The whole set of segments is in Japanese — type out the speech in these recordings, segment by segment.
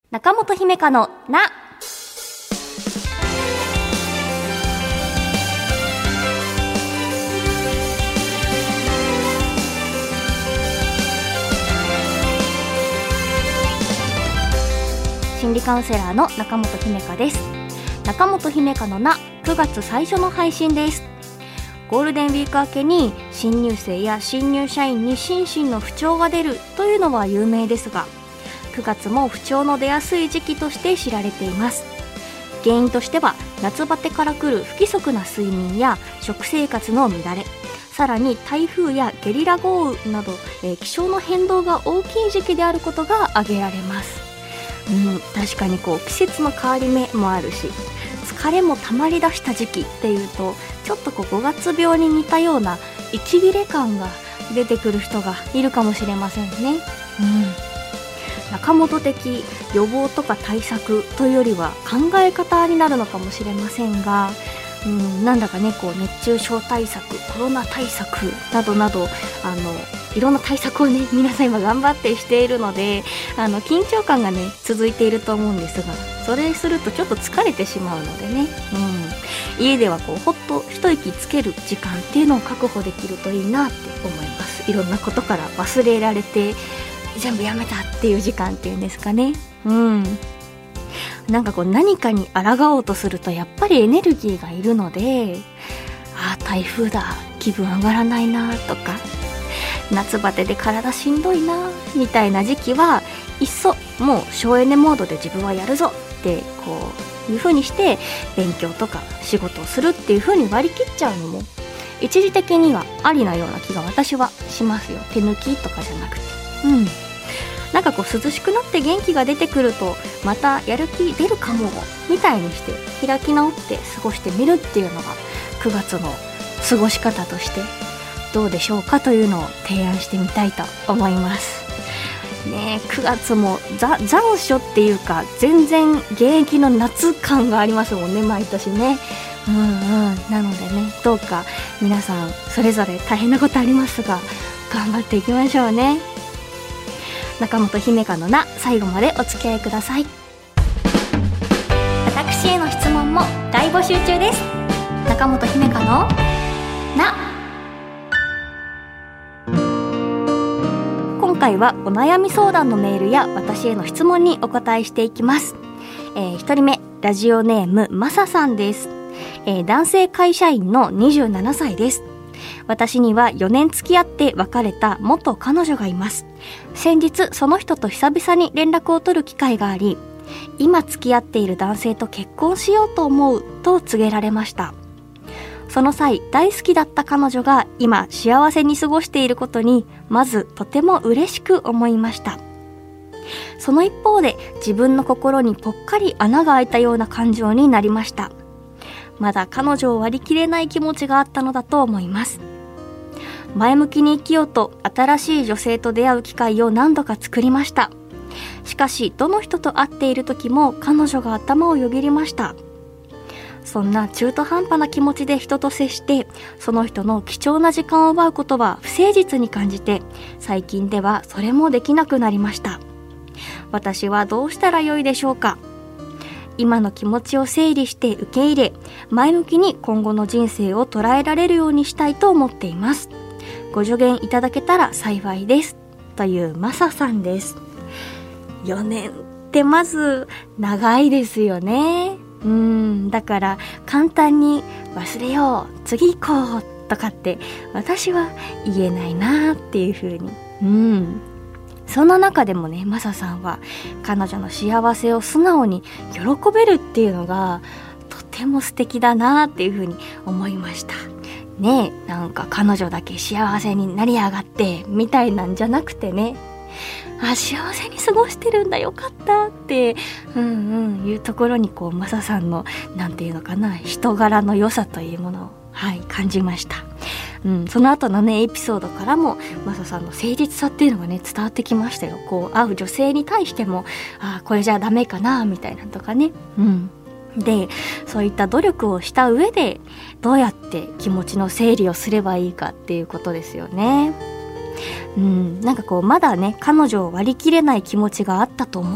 中本姫香のな。心理カウンセラーの中本姫香です。中本姫香のな、9月最初の配信です。ゴールデンウィーク明けに新入生や新入社員に心身の不調が出るというのは有名ですが、9月も不調の出やすい時期として知られています。原因としては夏バテから来る不規則な睡眠や食生活の乱れ、さらに台風やゲリラ豪雨など、気象の変動が大きい時期であることが挙げられます。確かに季節の変わり目もあるし、疲れも溜まりだした時期っていうとちょっと5月病に似たような息切れ感が出てくる人がいるかもしれませんね。中本的予防とか対策というよりは考え方になるのかもしれませんが、なんだかね熱中症対策、コロナ対策などなどいろんな対策をね皆さん今頑張ってしているので、緊張感がね続いていると思うんですが、それするとちょっと疲れてしまうのでね、家ではほっと一息つける時間っていうのを確保できるといいなって思います。いろんなことから忘れられて全部やめたっていう時間っていうんですかね。なんか何かに抗おうとするとやっぱりエネルギーがいるので、台風だ、気分上がらないなとか、夏バテで体しんどいなみたいな時期はいっそもう省エネモードで自分はやるぞっていう風にして勉強とか仕事をするっていう風に割り切っちゃうのも一時的にはありなような気が私はしますよ。手抜きとかじゃなくて、なんか涼しくなって元気が出てくるとまたやる気出るかもみたいにして開き直って過ごしてみるっていうのが9月の過ごし方としてどうでしょうかというのを提案してみたいと思いますね。9月も残暑っていうか全然現役の夏感がありますもんね、毎年ね。なのでね、どうか皆さんそれぞれ大変なことありますが頑張っていきましょうね。中本姫香のな、最後までお付き合いください。私への質問も大募集中です。中本姫香のな。今回はお悩み相談のメールや私への質問にお答えしていきます。1人目、ラジオネームまささんです。男性会社員の27歳です。私には4年付き合って別れた元彼女がいます。先日その人と久々に連絡を取る機会があり、今付き合っている男性と結婚しようと思うと告げられました。その際、大好きだった彼女が今幸せに過ごしていることにまずとても嬉しく思いました。その一方で自分の心にぽっかり穴が開いたような感情になりました。まだ彼女を割り切れない気持ちがあったのだと思います。前向きに生きようと新しい女性と出会う機会を何度か作りました。しかしどの人と会っている時も彼女が頭をよぎりました。そんな中途半端な気持ちで人と接してその人の貴重な時間を奪うことは不誠実に感じて、最近ではそれもできなくなりました。私はどうしたらよいでしょうか。今の気持ちを整理して受け入れ、前向きに今後の人生を捉えられるようにしたいと思っています。ご助言いただけたら幸いです、というマサさんです。4年ってまず長いですよね。だから簡単に忘れよう、次行こうとかって私は言えないなっていう風に。その中でもね、マサさんは彼女の幸せを素直に喜べるっていうのがとても素敵だなっていう風に思いましたね。なんか彼女だけ幸せになりやがってみたいなんじゃなくてね、幸せに過ごしてるんだ、よかったっていうところにマサさんのなんていうのかな、人柄の良さというものを感じました。その後のねエピソードからもマサさんの誠実さっていうのがね伝わってきましたよ。会う女性に対してもこれじゃダメかなみたいなとかね。でそういった努力をした上でどうやって気持ちの整理をすればいいかっていうことですよね。なんかまだね彼女を割り切れない気持ちがあったと思うっ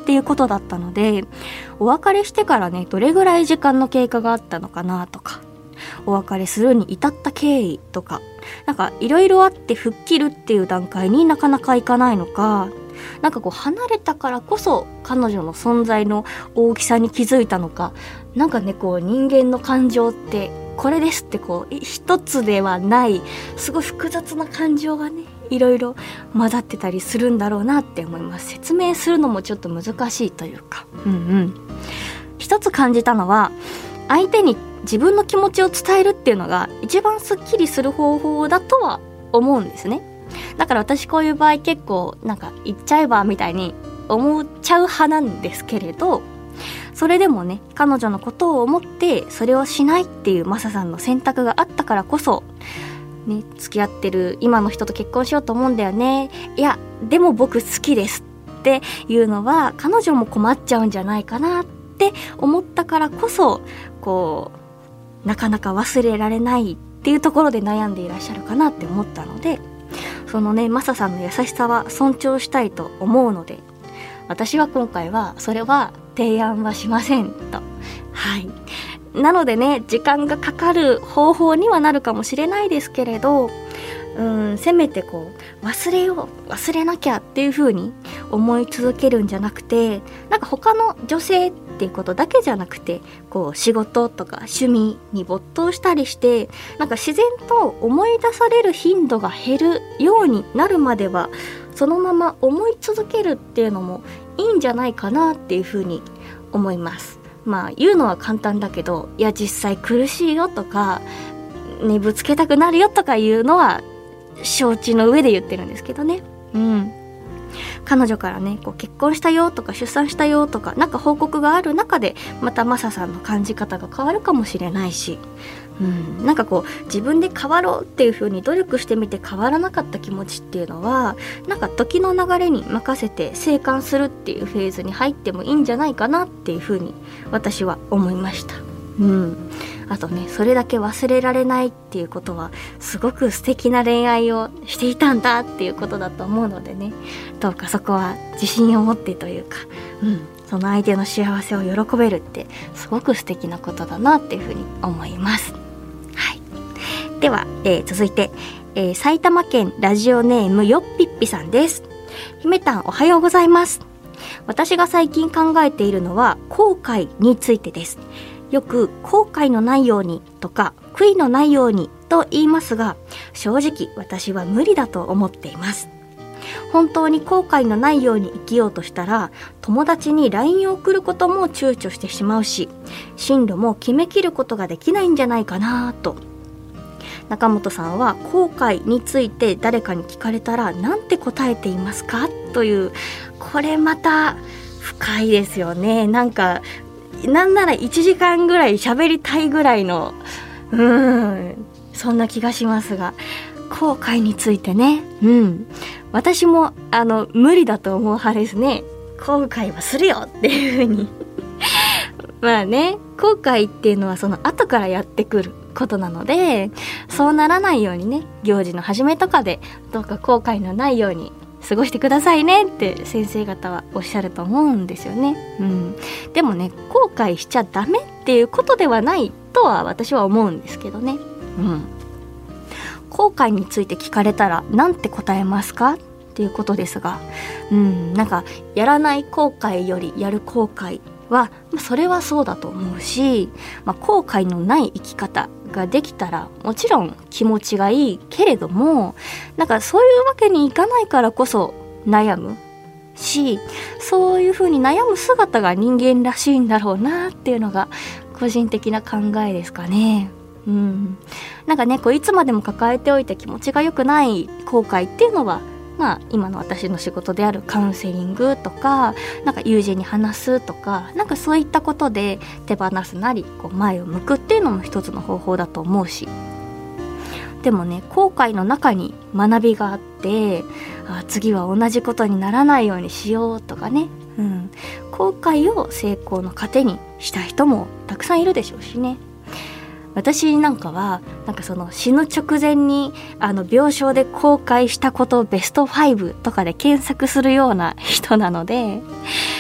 っていうことだったので、お別れしてからねどれぐらい時間の経過があったのかなとか、お別れするに至った経緯とか、なんかいろいろあって吹っ切るっていう段階になかなかいかないのか、なんかこう離れたからこそ彼女の存在の大きさに気づいたのか、なんかねこう人間の感情ってこれですってこう一つではないすごい複雑な感情がねいろいろ混ざってたりするんだろうなって思います。説明するのもちょっと難しいというか、一つ感じたのは、相手に自分の気持ちを伝えるっていうのが一番スッキリする方法だとは思うんですね。だから私こういう場合結構なんか言っちゃえばみたいに思っちゃう派なんですけれど、それでもね彼女のことを思ってそれをしないっていうマサさんの選択があったからこそね、付き合ってる今の人と結婚しようと思うんだよね、いやでも僕好きですっていうのは彼女も困っちゃうんじゃないかなって思ったからこそ、こうなかなか忘れられないっていうところで悩んでいらっしゃるかなって思ったので、そのねマサさんの優しさは尊重したいと思うので、私は今回はそれは提案はしませんと。なのでね時間がかかる方法にはなるかもしれないですけれど、せめてこう忘れなきゃっていう風に思い続けるんじゃなくて、なんか他の女性っていうことだけじゃなくて、こう仕事とか趣味に没頭したりして、なんか自然と思い出される頻度が減るようになるまではそのまま思い続けるっていうのもいいんじゃないかなっていう風に思います。まあ言うのは簡単だけど、いや実際苦しいよとかね、ぶつけたくなるよとかいうのは承知の上で言ってるんですけどね。彼女からねこう結婚したよとか出産したよとかなんか報告がある中で、またマサさんの感じ方が変わるかもしれないし、なんかこう自分で変わろうっていう風に努力してみて変わらなかった気持ちっていうのは、なんか時の流れに任せて静観するっていうフェーズに入ってもいいんじゃないかなっていう風に私は思いました。あとねそれだけ忘れられないっていうことはすごく素敵な恋愛をしていたんだっていうことだと思うのでね、どうかそこは自信を持ってというか、その相手の幸せを喜べるってすごく素敵なことだなっていうふうに思います。では、続いて、埼玉県ラジオネームよっぴっぴさんです。ひめたんおはようございます。私が最近考えているのは後悔についてです。よく後悔のないようにとか悔いのないようにと言いますが、正直私は無理だと思っています。本当に後悔のないように生きようとしたら、友達に LINE を送ることも躊躇してしまうし、進路も決めきることができないんじゃないかなと。中本さんは後悔について誰かに聞かれたらなんて答えていますかという、これまた深いですよね。なんなら1時間ぐらい喋りたいぐらいのそんな気がしますが、後悔についてね、私も無理だと思う派ですね。後悔はするよっていう風にまあね、後悔っていうのはその後からやってくることなので、そうならないようにね、行事の始めとかでどうか後悔のないように過ごしてくださいねって先生方はおっしゃると思うんですよね。でもね、後悔しちゃダメっていうことではないとは私は思うんですけどね。後悔について聞かれたらなんて答えますかっていうことですが、なんかやらない後悔よりやる後悔はそれはそうだと思うし、後悔のない生き方ができたらもちろん気持ちがいいけれども、なんかそういうわけにいかないからこそ悩むし、そういう風に悩む姿が人間らしいんだろうなっていうのが個人的な考えですかね。なんかね、こういつまでも抱えておいて気持ちが良くない後悔っていうのは、今の私の仕事であるカウンセリングとか、なんか友人に話すとか、なんかそういったことで手放すなりこう前を向くっていうのも一つの方法だと思うし、でもね、後悔の中に学びがあって、次は同じことにならないようにしようとかね、後悔を成功の糧にした人もたくさんいるでしょうしね。私なんかはなんかその死ぬ直前に病床で後悔したことベスト5とかで検索するような人なので、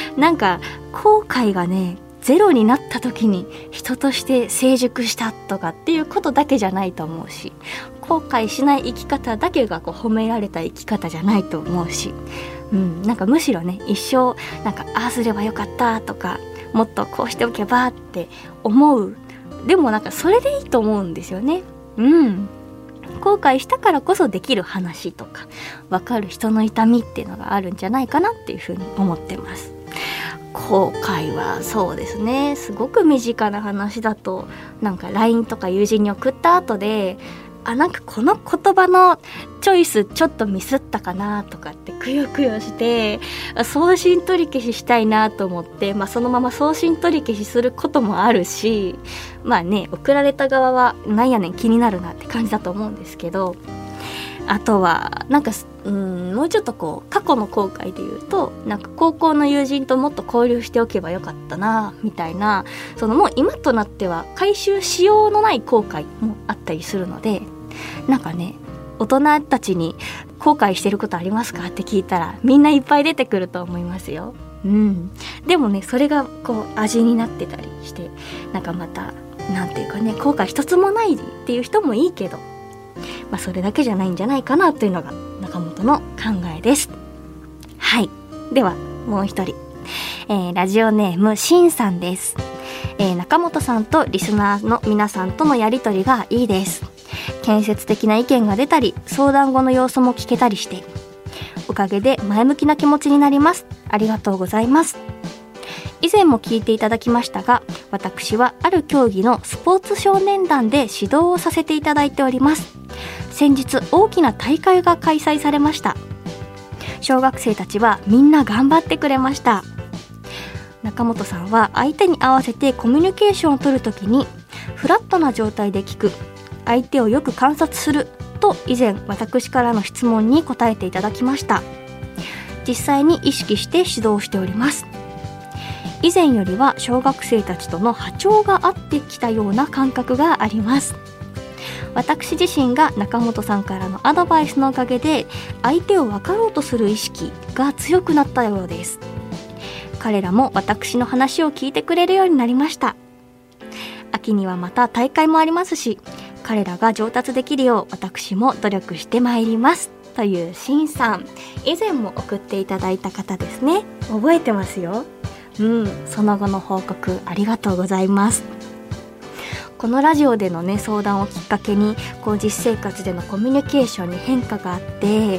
なんか後悔がねゼロになった時に人として成熟したとかっていうことだけじゃないと思うし、後悔しない生き方だけがこう褒められた生き方じゃないと思うし、なんかむしろね、一生なんかああすればよかったとか、もっとこうしておけばって思う。でもなんかそれでいいと思うんですよね。後悔したからこそできる話とか分かる人の痛みっていうのがあるんじゃないかなっていうふうに思ってます。後悔はそうですね、すごく身近な話だと、なんか LINE とか友人に送った後で、なんかこの言葉のチョイスちょっとミスったかなとかってくよくよして送信取り消ししたいなと思って、そのまま送信取り消しすることもあるし、送られた側はなんやねん気になるなって感じだと思うんですけど、あとはなんかもうちょっとこう過去の後悔で言うと、なんか高校の友人ともっと交流しておけばよかったなみたいな、そのもう今となっては回収しようのない後悔もあったりするので、なんかね、大人たちに後悔してることありますかって聞いたらみんないっぱい出てくると思いますよ。でもね、それがこう味になってたりして、なんかまたなんていうかね、後悔一つもないっていう人もいいけど、それだけじゃないんじゃないかなというのが中本の考えです。はい、ではもう一人、ラジオネームしんさんです。中本さんとリスナーの皆さんとのやりとりがいいです。建設的な意見が出たり、相談後の様子も聞けたりして、おかげで前向きな気持ちになります。ありがとうございます。以前も聞いていただきましたが、私はある競技のスポーツ少年団で指導をさせていただいております。先日大きな大会が開催されました。小学生たちはみんな頑張ってくれました。中本さんは相手に合わせてコミュニケーションを取るときに、フラットな状態で聞く、相手をよく観察すると以前私からの質問に答えていただきました。実際に意識して指導しております。以前よりは小学生たちとの波長が合ってきたような感覚があります。私自身が中本さんからのアドバイスのおかげで、相手を分かろうとする意識が強くなったようです。彼らも私の話を聞いてくれるようになりました。秋にはまた大会もありますし、彼らが上達できるよう私も努力してまいります、というしんさん、以前も送っていただいた方ですね。覚えてますよ。その後の報告ありがとうございます。このラジオでのね、相談をきっかけにこう実生活でのコミュニケーションに変化があって、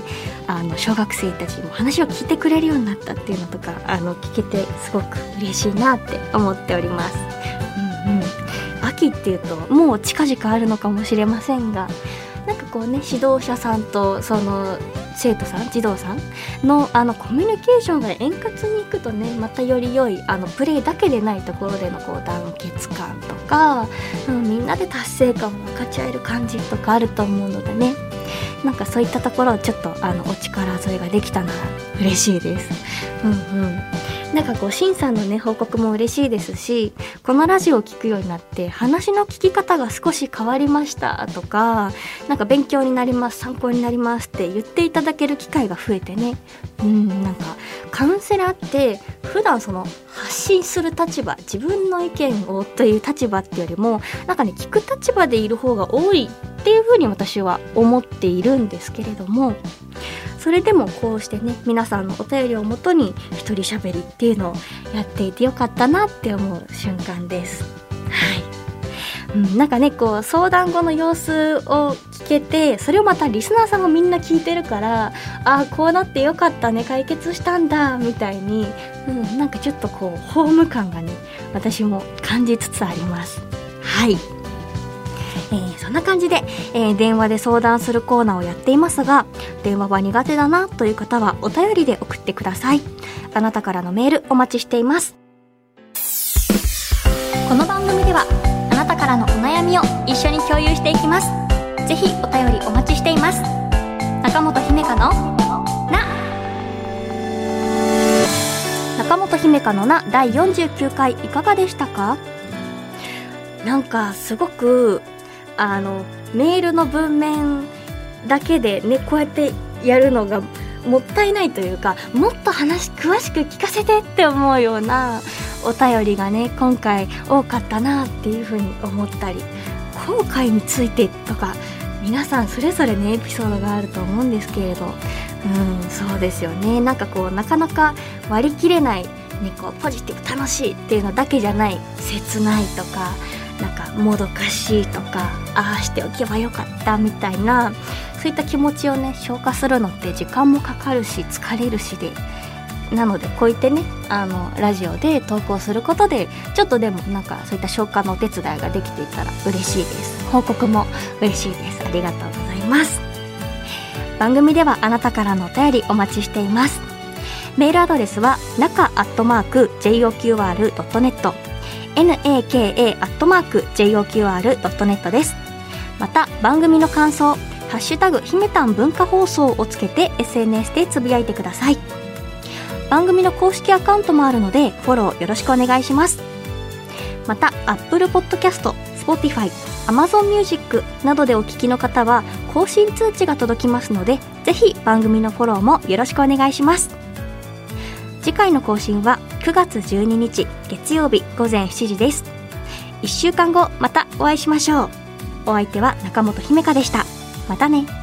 小学生たちも話を聞いてくれるようになったっていうのとか聞けてすごく嬉しいなって思っております。秋っていうともう近々あるのかもしれませんが、なんかこうね、指導者さんとその生徒さん、児童さんのコミュニケーションが円滑にいくとね、またより良いプレーだけでないところでのこう団結感とか、みんなで達成感を分かち合える感じとかあると思うのでね、なんかそういったところをちょっとお力添えができたなら嬉しいです。なんかこうしんさんのね報告も嬉しいですし、このラジオを聞くようになって話の聞き方が少し変わりましたとか、なんか勉強になります、参考になりますって言っていただける機会が増えてね、なんかカウンセラーって普段その発信する立場、自分の意見をという立場っていうよりも、なんかね、聞く立場でいる方が多いっていうふうに私は思っているんですけれども、それでもこうしてね、皆さんのお便りをもとに一人喋りっていうのをやっていてよかったなって思う瞬間です。なんかね、こう相談後の様子を聞けて、それをまたリスナーさんもみんな聞いてるから、こうなってよかったね、解決したんだみたいに、なんかちょっとこうホーム感がね、私も感じつつあります。そんな感じで、電話で相談するコーナーをやっていますが、電話は苦手だなという方はお便りで送ってください。あなたからのメールお待ちしています。この番組ではあなたからのお悩みを一緒に共有していきます。ぜひお便りお待ちしています。中本姫香のな。中本姫香のな第49回いかがでしたか？なんかすごくメールの文面だけでね、こうやってやるのがもったいないというか、もっと話詳しく聞かせてって思うようなお便りがね今回多かったなっていうふうに思ったり、後悔についてとか皆さんそれぞれねエピソードがあると思うんですけれど、そうですよね。なんかこうなかなか割り切れない、ね、こうポジティブ楽しいっていうのだけじゃない、切ないとかなんかもどかしいとか、ああしておけばよかったみたいな、そういった気持ちをね消化するのって時間もかかるし疲れるしで、なのでこう言ってねラジオで投稿することでちょっとでもなんかそういった消化のお手伝いができていたら嬉しいです。報告も嬉しいです。ありがとうございます。番組ではあなたからのお便りお待ちしています。メールアドレスはnaka@joqr.net naka@joqr.net です。また番組の感想ハッシュタグひめたん文化放送をつけて SNS でつぶやいてください。番組の公式アカウントもあるのでフォローよろしくお願いします。また Apple Podcast、Spotify、Amazon Music などでお聞きの方は更新通知が届きますので、ぜひ番組のフォローもよろしくお願いします。次回の更新は9月12日月曜日午前7時です。1週間後またお会いしましょう。お相手は中本姫香でした。またね。